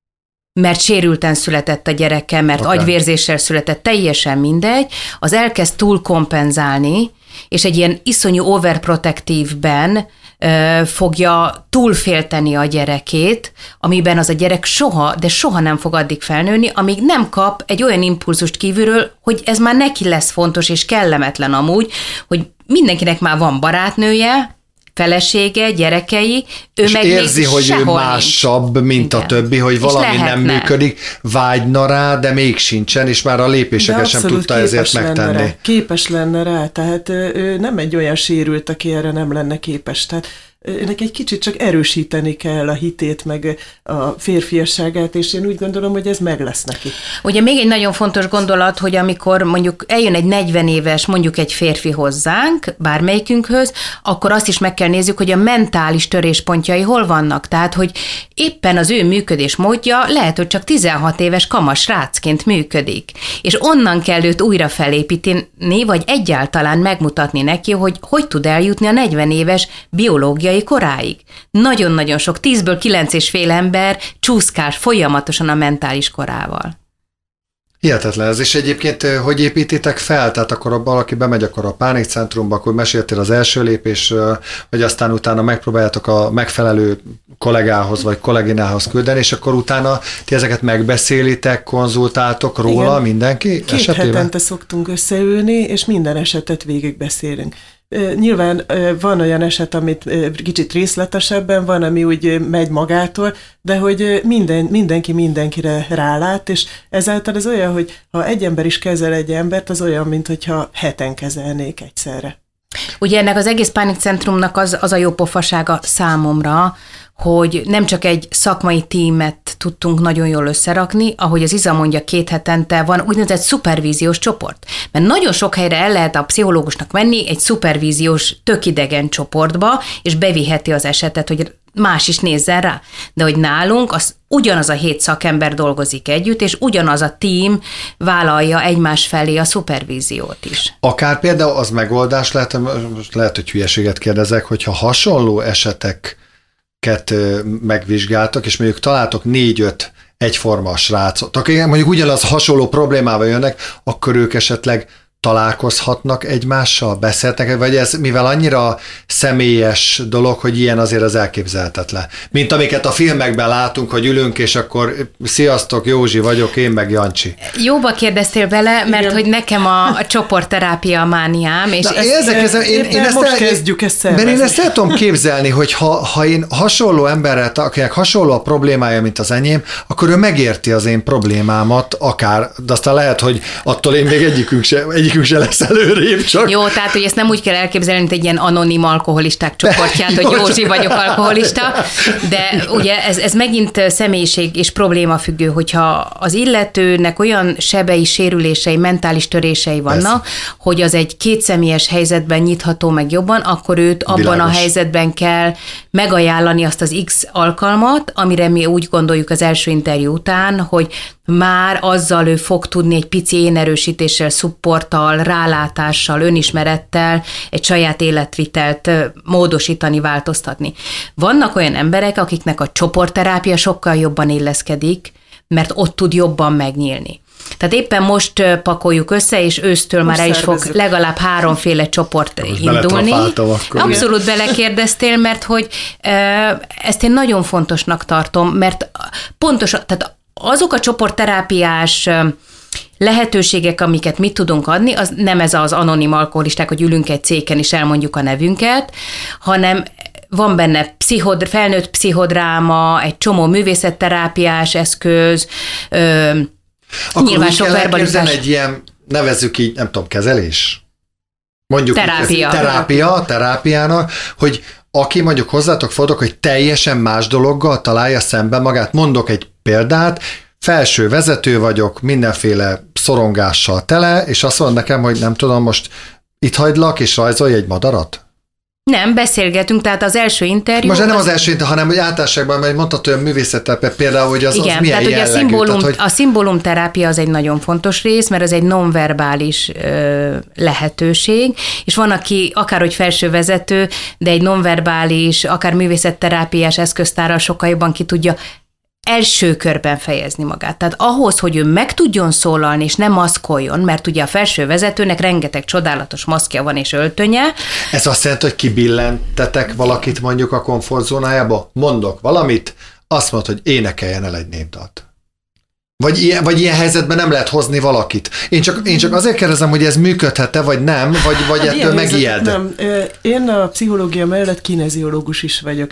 mert sérülten született a gyereke, mert okay. agyvérzéssel született, teljesen mindegy, az elkezd túl kompenzálni, és egy ilyen iszonyú overprotektívben ö, fogja túlfélteni a gyerekét, amiben az a gyerek soha, de soha nem fog addig felnőni, amíg nem kap egy olyan impulzust kívülről, hogy ez már neki lesz fontos és kellemetlen amúgy, hogy mindenkinek már van barátnője, felesége, gyerekei, ő és meg érzi, hogy ő másabb, nincs. mint igen. a többi, hogy valami nem működik, vágyna rá, de még sincsen, és már a lépéseket sem tudta ezért megtenni. Rá. Képes lenne rá, tehát ő nem egy olyan sérült, aki erre nem lenne képes. Tehát ennek egy kicsit csak erősíteni kell a hitét, meg a férfiasságát, és én úgy gondolom, hogy ez meg lesz neki. Ugye még egy nagyon fontos gondolat, hogy amikor mondjuk eljön egy negyven éves, mondjuk egy férfi hozzánk, bármelyikünkhöz, akkor azt is meg kell nézzük, hogy a mentális töréspontjai hol vannak. Tehát, hogy éppen az ő működés módja lehet, hogy csak tizenhat éves kamas srácként működik. És onnan kell őt újra felépíteni, vagy egyáltalán megmutatni neki, hogy hogy tud eljutni a negyven éves biológiai koráig. Nagyon-nagyon sok, tízből kilenc és fél ember csúszkál folyamatosan a mentális korával. Hihetetlen ez, és egyébként hogy építitek fel? Tehát akkor valaki bemegy akkor a pánikcentrumba, akkor meséltél az első lépésről, hogy aztán utána megpróbáljátok a megfelelő kollégához vagy kolléginához küldeni, és akkor utána ti ezeket megbeszélitek, konzultáltok róla. Igen. Mindenki Két esetében? hetente szoktunk összeülni, és minden esetet végigbeszélünk. Nyilván van olyan eset, amit kicsit részletesebben van, ami úgy megy magától, de hogy minden, mindenki mindenkire rálát, és ezáltal ez olyan, hogy ha egy ember is kezel egy embert, az olyan, mintha heten kezelnék egyszerre. Ugye ennek az egész pánikcentrumnak az, az a jó pofasága számomra, hogy nem csak egy szakmai tímet tudtunk nagyon jól összerakni, ahogy az Iza mondja, két hetente van úgynevezett szupervíziós csoport. Mert nagyon sok helyre el lehet a pszichológusnak menni egy szupervíziós, tök idegen csoportba, és beviheti az esetet, hogy más is nézzen rá. De hogy nálunk az ugyanaz a hét szakember dolgozik együtt, és ugyanaz a tím vállalja egymás felé a szupervíziót is. Akár például az megoldás lehet, most lehet, hogy hülyeséget kérdezek, hogyha hasonló esetek megvizsgáltak, és mondjuk találtok négy-öt egyforma srácot, akik mondjuk ugyanaz hasonló problémával jönnek, akkor ők esetleg találkozhatnak egymással, beszéltek, vagy ez mivel annyira személyes dolog, hogy ilyen azért az elképzelhetetlen. Mint amiket a filmekben látunk, hogy ülünk, és akkor sziasztok, Józsi vagyok, én meg Jancsi. Jóba kérdeztél bele, mert igen, hogy nekem a, a csoportterápia mániám, és Na, ezt, ezek, ez, én, én, én ezt most el, kezdjük ezt szervezni. Mert én ezt el tudom képzelni, hogy ha, ha én hasonló emberrel, akinek hasonló a problémája, mint az enyém, akkor ő megérti az én problémámat akár, de aztán lehet, hogy attól én még egyikünk se, egyikünk se lesz előrébb. Csak. Jó, tehát hogy ezt nem úgy kell elképzelni, mint egy ilyen anonim alkoholisták csoportját, hogy Józsi vagyok alkoholista, de ugye ez, ez megint személyiség és probléma függő, hogyha az illetőnek olyan sebei, sérülései, mentális törései vannak, Persze. hogy az egy kétszemélyes helyzetben nyitható meg jobban, akkor őt abban Világos. a helyzetben kell megajánlani azt az X alkalmat, amire mi úgy gondoljuk az első interjú után, hogy már azzal ő fog tudni egy pici énerősítéssel, szupporttal, rálátással, önismerettel egy saját életvitelt módosítani, változtatni. Vannak olyan emberek, akiknek a csoportterápia sokkal jobban illeszkedik, mert ott tud jobban megnyílni. Tehát éppen most pakoljuk össze, és ősztől most már el is fog legalább háromféle csoport most indulni. Abszolút belekérdeztél, mert hogy ezt én nagyon fontosnak tartom, mert pontosan, tehát azok a csoportterápiás lehetőségek, amiket mi tudunk adni, az nem ez az anonim alkoholisták, hogy ülünk egy céken és elmondjuk a nevünket, hanem van benne pszichod, felnőtt pszichodráma, egy csomó művészetterápiás eszköz, ö, Akkor nyilván sok verbalizás. egy ilyen, nevezzük így, nem tudom, kezelés? Mondjuk terápia. Terápia, terápiának, hogy aki mondjuk hozzátok fordul, hogy teljesen más dologgal találja szembe magát. Mondok egy példát, felső vezető vagyok, mindenféle szorongással tele, és azt mondod nekem, hogy nem tudom, most itt hagylak, és rajzolj egy madarat? Nem, beszélgetünk, tehát az első interjú... Most nem az, az első interjú, hanem hogy általánosságban, mert mondtad olyan művészettel például, hogy az, igen, az milyen tehát jellegű. Ugye a, szimbólum, tehát, hogy... a szimbólumterápia az egy nagyon fontos rész, mert az egy nonverbális ö, lehetőség, és van, aki akárhogy felső vezető, de egy nonverbális, akár művészetterápiás eszköztárral sokkal jobban ki tudja első körben fejezni magát. Tehát ahhoz, hogy ő meg tudjon szólalni, és ne maszkoljon, mert ugye a felső vezetőnek rengeteg csodálatos maszkja van és öltönye. Ez azt jelenti, hogy kibillentetek valakit mondjuk a komfortzónájába? Mondok valamit, azt mondod, hogy énekeljen el egy népdalt. Vagy ilyen, vagy ilyen helyzetben nem lehet hozni valakit. Én csak, én csak azért kérdezem, hogy ez működhet-e, vagy nem, vagy, vagy hát ettől megijed. Nem. Én a pszichológia mellett kineziológus is vagyok.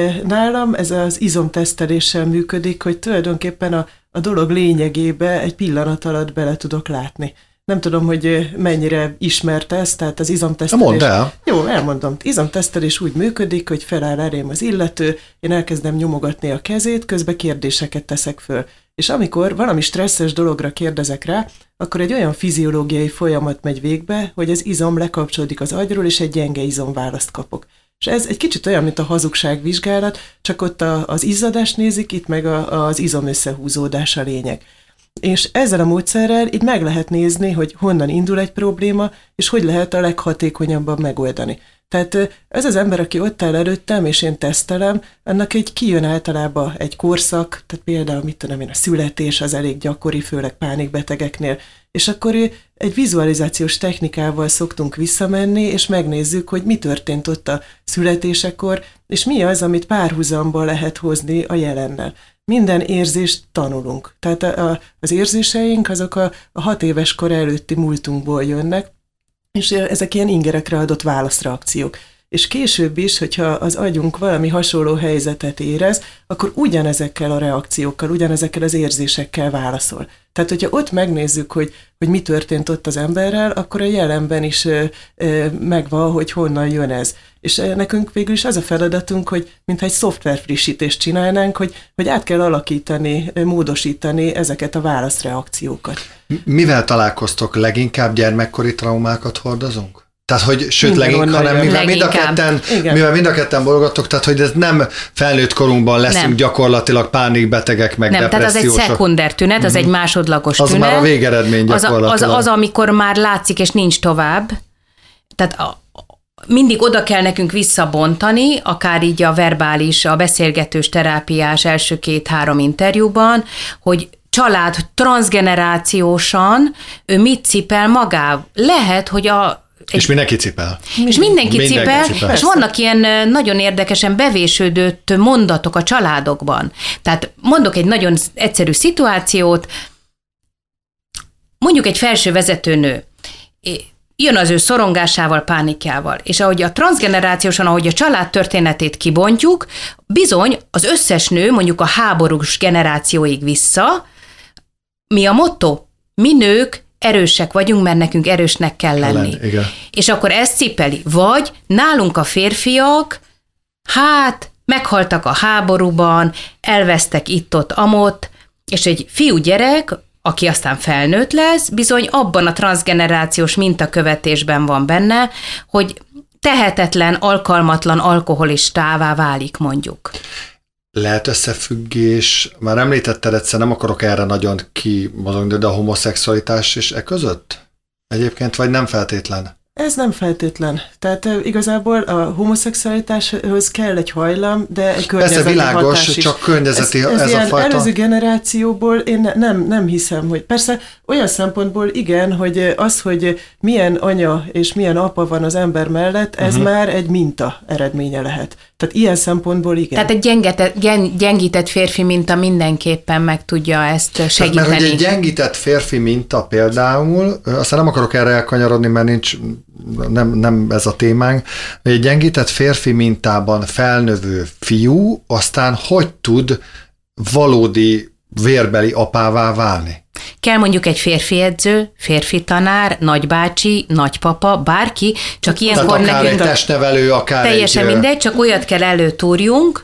Nálam ez az izomteszteléssel működik, hogy tulajdonképpen a, a dolog lényegébe egy pillanat alatt bele tudok látni. Nem tudom, hogy mennyire ismert ez, tehát az izomtesztelés... Mondd el. Jó, elmondom. Izomtesztelés úgy működik, hogy feláll elém az illető, én elkezdem nyomogatni a kezét, közben kérdéseket teszek föl. És amikor valami stresszes dologra kérdezek rá, akkor egy olyan fiziológiai folyamat megy végbe, hogy az izom lekapcsolódik az agyról, és egy gyenge izomválaszt kapok. És ez egy kicsit olyan, mint a hazugságvizsgálat, csak ott a, az izzadást nézik, itt meg a, az izom összehúzódás a lényeg. És ezzel a módszerrel így meg lehet nézni, hogy honnan indul egy probléma, és hogy lehet a leghatékonyabban megoldani. Tehát ez az ember, aki ott áll előttem, és én tesztelem, annak egy kijön általában egy korszak, tehát például, mit tudom én, a születés az elég gyakori, főleg pánikbetegeknél, és akkor egy vizualizációs technikával szoktunk visszamenni, és megnézzük, hogy mi történt ott a születésekor, és mi az, amit párhuzamba lehet hozni a jelennel. Minden érzést tanulunk. Tehát a, a, az érzéseink azok a, a hat éves kor előtti múltunkból jönnek, és ezek ilyen ingerekre adott válaszreakciók. És később is, hogyha az agyunk valami hasonló helyzetet érez, akkor ugyanezekkel a reakciókkal, ugyanezekkel az érzésekkel válaszol. Tehát, hogyha ott megnézzük, hogy, hogy mi történt ott az emberrel, akkor a jelenben is ö, ö, megvan, hogy honnan jön ez. És nekünk végül is az a feladatunk, hogy mintha egy szoftver frissítést csinálnánk, hogy, hogy át kell alakítani, módosítani ezeket a válaszreakciókat. Mivel találkoztok? Leginkább gyermekkori traumákat hordozunk? Tehát, hogy sőt, leginkább, hanem mivel mind, a ketten, mivel mind a ketten bolgattok, tehát, hogy ez nem felnőtt korunkban leszünk nem. gyakorlatilag pánikbetegek, meg nem, depressziósok. Tehát az egy szekunder tünet, az mm. egy másodlagos az tünet. Az már a végeredmény gyakorlatilag. Az, az, az, amikor már látszik, és nincs tovább. Tehát a, mindig oda kell nekünk visszabontani, akár így a verbális, a beszélgetős terápiás első két-három interjúban, hogy család transzgenerációsan ő mit cipel magával. Lehet, hogy a Egy, és mindenki cipel. És mindenki, mindenki cipel, cipel, és vannak ilyen nagyon érdekesen bevésődött mondatok a családokban. Tehát mondok egy nagyon egyszerű szituációt, mondjuk egy felső vezetőnő, jön az ő szorongásával, pánikjával, és ahogy a transzgenerációsan, ahogy a család történetét kibontjuk, bizony az összes nő, mondjuk a háborús generációig vissza, mi a motto? Mi nők erősek vagyunk, mert nekünk erősnek kell lenni. Ellen, igen. És akkor ezt cipeli. Vagy nálunk a férfiak, hát meghaltak a háborúban, elvesztek itt-ott, amott, és egy fiúgyerek, aki aztán felnőtt lesz, bizony abban a transzgenerációs mintakövetésben van benne, hogy tehetetlen, alkalmatlan alkoholistává válik, mondjuk. Lehet összefüggés, már említetted egyszer, nem akarok erre nagyon kimozogni, de a homoszexualitás és e között? Egyébként, vagy nem feltétlen? Ez nem feltétlen. Tehát uh, igazából a homoszexualitáshoz kell egy hajlam, de egy környezeti Persze világos, hatás is. csak környezeti ez, ez, ez ez a fajta. Előző generációból én ne, nem, nem hiszem, hogy persze olyan szempontból igen, hogy az, hogy milyen anya és milyen apa van az ember mellett, ez uh-huh. már egy minta eredménye lehet. Tehát ilyen szempontból igen. Tehát egy gyengete, gyeng, gyengített férfi minta mindenképpen meg tudja ezt segíteni. Tehát, mert hogy egy gyengített férfi minta például, aztán nem akarok erre elkanyarodni, mert nincs, nem, nem ez a témánk, egy gyengített férfi mintában felnövő fiú aztán hogy tud valódi vérbeli apává válni? Kell mondjuk egy férfi edző, férfi tanár, nagybácsi, nagypapa, bárki, csak ilyenkor akár nekünk... egy testnevelő, akár teljesen egy... mindegy, csak olyat kell előtúrjunk,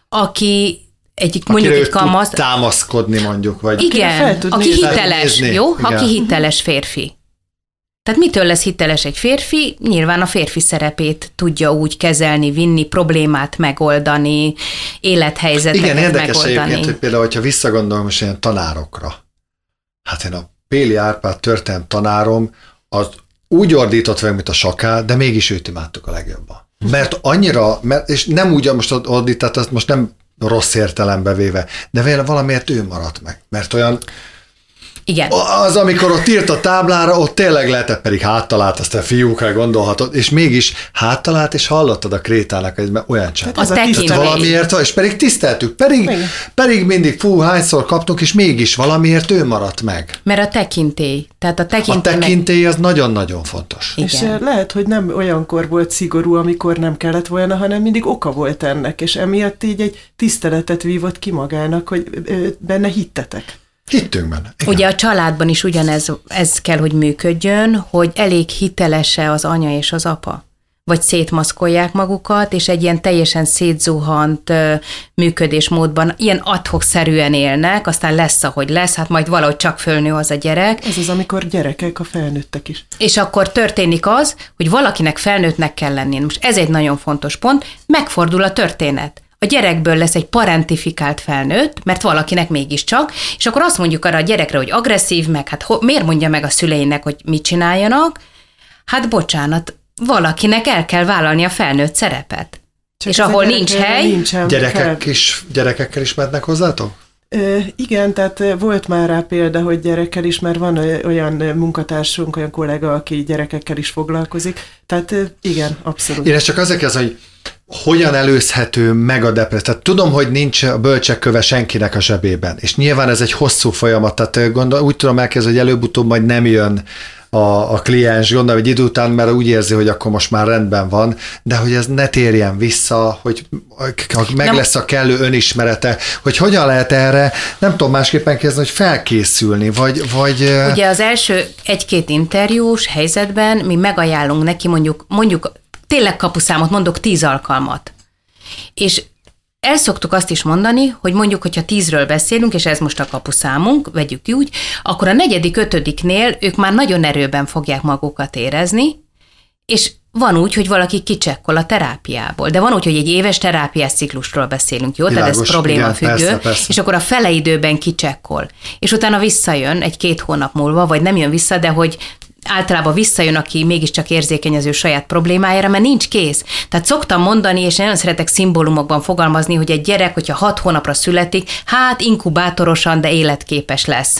aki egy, mondjuk egy kamasz... tud támaszkodni mondjuk, vagy... Igen, aki hiteles, nézni. jó? Igen. Aki hiteles férfi. Tehát mitől lesz hiteles egy férfi? Nyilván a férfi szerepét tudja úgy kezelni, vinni, problémát megoldani, élethelyzeteket Igen, érdekes megoldani. egyébként, hogy például, hogyha visszagondolom most ilyen tanárokra, hát én a Péli Árpád történelem tanárom, az úgy ordított velem, mint a sakál, de mégis őt imádtuk a legjobban. Mert annyira, mert, és nem úgy most ordít, tehát azt most nem rossz értelembe véve, de véle valamiért ő maradt meg. Mert olyan, igen. Az, amikor ott írt a táblára, ott tényleg lehetett, pedig háttalált, aztán fiúkra gondolhatod, és mégis háttalált, és hallottad a Krétának, hogy olyan csend. Az tekintély. Valamiért, és pedig tiszteltük, pedig, pedig mindig fú, hányszor kaptunk, és mégis valamiért ő maradt meg. Mert a tekintély. Tehát a tekintély, a tekintély az nagyon-nagyon fontos. Igen. És lehet, hogy nem olyankor volt szigorú, amikor nem kellett volna, hanem mindig oka volt ennek, és emiatt így egy tiszteletet vívott ki magának, hogy benne hittetek. Hittünk benne. Igen. Ugye a családban is ugyanez ez kell, hogy működjön, hogy elég hitelese az anya és az apa. Vagy szétmaszkolják magukat, és egy ilyen teljesen szétzuhant működésmódban, ilyen ad-hoc-szerűen élnek, aztán lesz, ahogy lesz, hát majd valahogy csak fölnő az a gyerek. Ez az, amikor gyerekek a felnőttek is. És akkor történik az, hogy valakinek felnőttnek kell lenni. Most ez egy nagyon fontos pont, megfordul a történet. A gyerekből lesz egy parentifikált felnőtt, mert valakinek mégiscsak, és akkor azt mondjuk arra a gyerekre, hogy agresszív, meg hát ho, miért mondja meg a szüleinek, hogy mit csináljanak? Hát bocsánat, valakinek el kell vállalni a felnőtt szerepet. Csak és ahol nincs hely... Gyerekek is, gyerekekkel is mennek hozzátok? Ö, igen, tehát volt már rá példa, hogy gyerekkel is, mert van olyan munkatársunk, olyan kollega, aki gyerekekkel is foglalkozik. Tehát igen, abszolút. Én ezt csak azért kezdem, hogy hogyan előzhető meg a depresszió. Tehát tudom, hogy nincs a bölcsekköve senkinek a zsebében, és nyilván ez egy hosszú folyamat, tehát gondol, úgy tudom elkezdeni, hogy előbb-utóbb majd nem jön a, a kliens, gondolom, hogy idő után, mert úgy érzi, hogy akkor most már rendben van, de hogy ez ne térjen vissza, hogy meg nem. lesz a kellő önismerete, hogy hogyan lehet erre, nem tudom másképpen kezdeni, hogy felkészülni, vagy... vagy Ugye az első egy-két interjús helyzetben mi megajánlunk neki mondjuk, mondjuk tényleg kapuszámot, mondok tíz alkalmat. És el szoktuk azt is mondani, hogy mondjuk, hogyha tízről beszélünk, és ez most a kapuszámunk, vegyük úgy, akkor a negyedik, ötödiknél ők már nagyon erőben fogják magukat érezni, és van úgy, hogy valaki kicsekkol a terápiából, de van úgy, hogy egy éves terápiás ciklusról beszélünk, jó? Világos, tehát ez problémafüggő, persze, persze. és akkor a fele időben kicsekkol, és utána visszajön egy-két hónap múlva, vagy nem jön vissza, de hogy általában visszajön, aki mégiscsak érzékeny az ő saját problémájára, mert nincs kész. Tehát szoktam mondani, és én nagyon szeretek szimbólumokban fogalmazni, hogy egy gyerek, hogyha hat hónapra születik, hát inkubátorosan, de életképes lesz.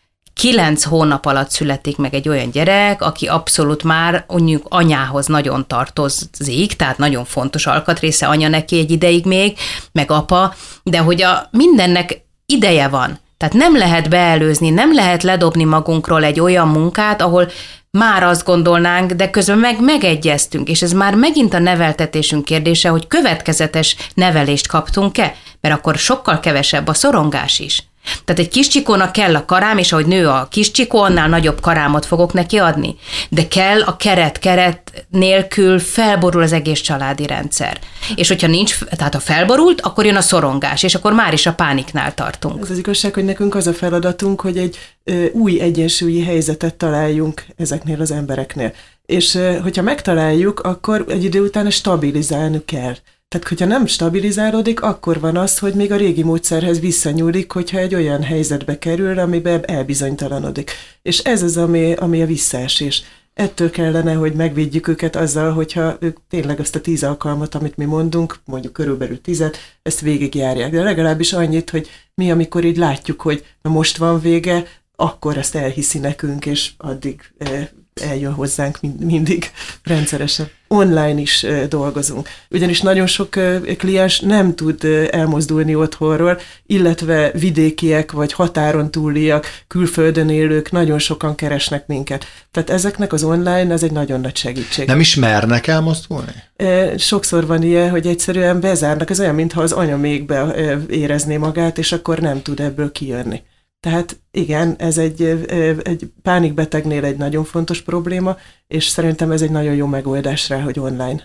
Kilenc hónap alatt születik meg egy olyan gyerek, aki abszolút már mondjuk anyához nagyon tartozik, tehát nagyon fontos alkatrésze anya neki egy ideig még, meg apa, de hogy a mindennek ideje van. Tehát nem lehet beelőzni, nem lehet ledobni magunkról egy olyan munkát, ahol már azt gondolnánk, de közben meg megegyeztünk, és ez már megint a neveltetésünk kérdése, hogy következetes nevelést kaptunk-e, mert akkor sokkal kevesebb a szorongás is. Tehát egy kis csikónak kell a karám, és ahogy nő a kis csikó, annál nagyobb karámot fogok neki adni. De kell a keret, keret nélkül felborul az egész családi rendszer. És hogyha nincs, tehát ha felborult, akkor jön a szorongás, és akkor már is a pániknál tartunk. Ez az igazság, hogy nekünk az a feladatunk, hogy egy ö, új egyensúlyi helyzetet találjunk ezeknél az embereknél. És ö, hogyha megtaláljuk, akkor egy idő után stabilizálni kell. Tehát, hogyha nem stabilizálódik, akkor van az, hogy még a régi módszerhez visszanyúlik, hogyha egy olyan helyzetbe kerül, amiben elbizonytalanodik. És ez az, ami, ami a visszaesés. Ettől kellene, hogy megvédjük őket azzal, hogyha ők tényleg azt a tíz alkalmat, amit mi mondunk, mondjuk körülbelül tízet, ezt végigjárják. De legalábbis annyit, hogy mi, amikor így látjuk, hogy most van vége, akkor ezt elhiszi nekünk, és addig eljön hozzánk mindig rendszeresen. Online is dolgozunk. Ugyanis nagyon sok kliens nem tud elmozdulni otthonról, illetve vidékiek vagy határon túliak, külföldön élők nagyon sokan keresnek minket. Tehát ezeknek az online az egy nagyon nagy segítség. Nem is mernek elmozdulni? Sokszor van ilyen, hogy egyszerűen bezárnak. Ez olyan, mintha az anya mégbe érezné magát, és akkor nem tud ebből kijönni. Tehát igen, ez egy, egy pánikbetegnél egy nagyon fontos probléma, és szerintem ez egy nagyon jó megoldás rá, hogy online.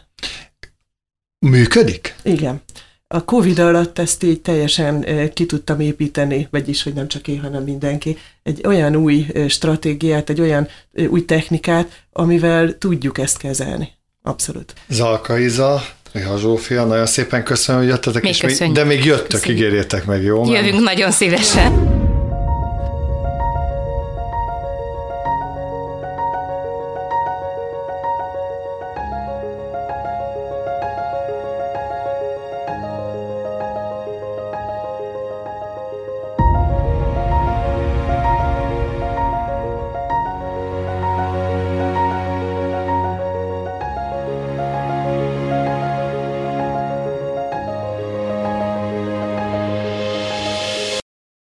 Működik? Igen. A Covid alatt ezt így teljesen ki tudtam építeni, vagyis, hogy nem csak én, hanem mindenki, egy olyan új stratégiát, egy olyan új technikát, amivel tudjuk ezt kezelni. Abszolút. Zalka Iza, Riha Zsófia, nagyon szépen köszönöm, hogy jöttetek, még és még, de még jöttök, köszönjük. Ígérjétek meg, jó? Jövünk nagyon szívesen.